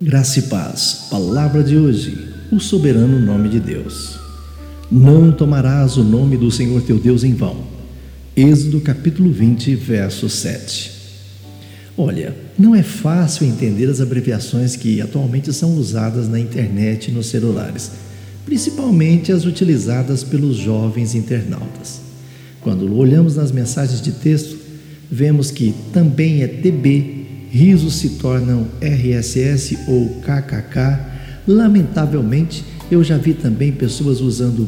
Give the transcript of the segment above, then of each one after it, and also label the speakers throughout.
Speaker 1: Graça e paz. Palavra de hoje: o soberano nome de Deus. Não tomarás o nome do Senhor teu Deus em vão. Êxodo capítulo 20, verso 7. Olha, não é fácil entender as abreviações que atualmente são usadas na internet e nos celulares, principalmente as utilizadas pelos jovens internautas. Quando olhamos nas mensagens de texto, vemos que também é TB, risos se tornam RSS ou KKK. Lamentavelmente, eu já vi também pessoas usando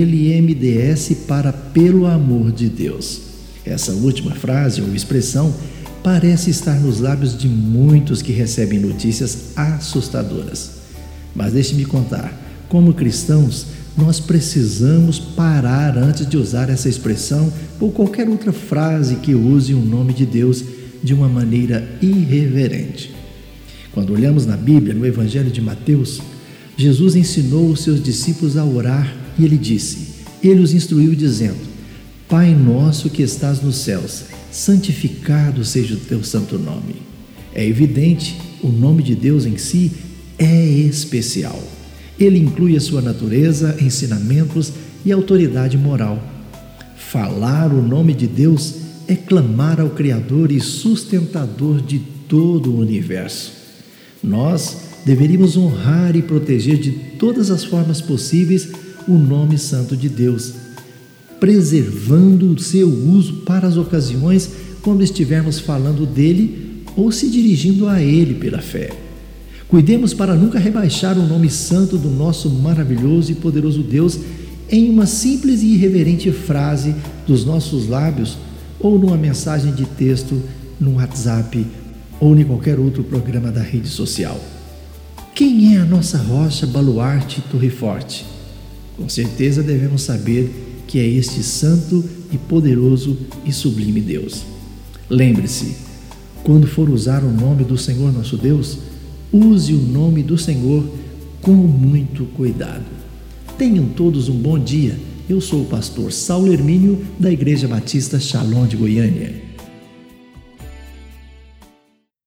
Speaker 1: PLMDS para pelo amor de Deus. Essa última frase ou expressão parece estar nos lábios de muitos que recebem notícias assustadoras. Mas deixe-me contar, como cristãos, nós precisamos parar antes de usar essa expressão ou qualquer outra frase que use o nome de Deus de uma maneira irreverente. Quando olhamos na Bíblia, no Evangelho de Mateus, Jesus ensinou os seus discípulos a orar e ele os instruiu dizendo: Pai nosso que estás nos céus, santificado seja o teu santo nome. É evidente, o nome de Deus em si é especial. Ele inclui a sua natureza, ensinamentos e autoridade moral. Falar o nome de Deus é clamar ao Criador e sustentador de todo o universo. Nós deveríamos honrar e proteger de todas as formas possíveis o nome santo de Deus, preservando o seu uso para as ocasiões quando estivermos falando dele ou se dirigindo a ele pela fé. Cuidemos para nunca rebaixar o nome santo do nosso maravilhoso e poderoso Deus em uma simples e irreverente frase dos nossos lábios ou numa mensagem de texto no WhatsApp ou em qualquer outro programa da rede social. Quem é a nossa rocha, baluarte e torre forte? Com certeza devemos saber que é este santo e poderoso e sublime Deus. Lembre-se, quando for usar o nome do Senhor nosso Deus, use o nome do Senhor com muito cuidado. Tenham todos um bom dia. Eu sou o pastor Saulo Hermínio, da Igreja Batista Shalom de Goiânia.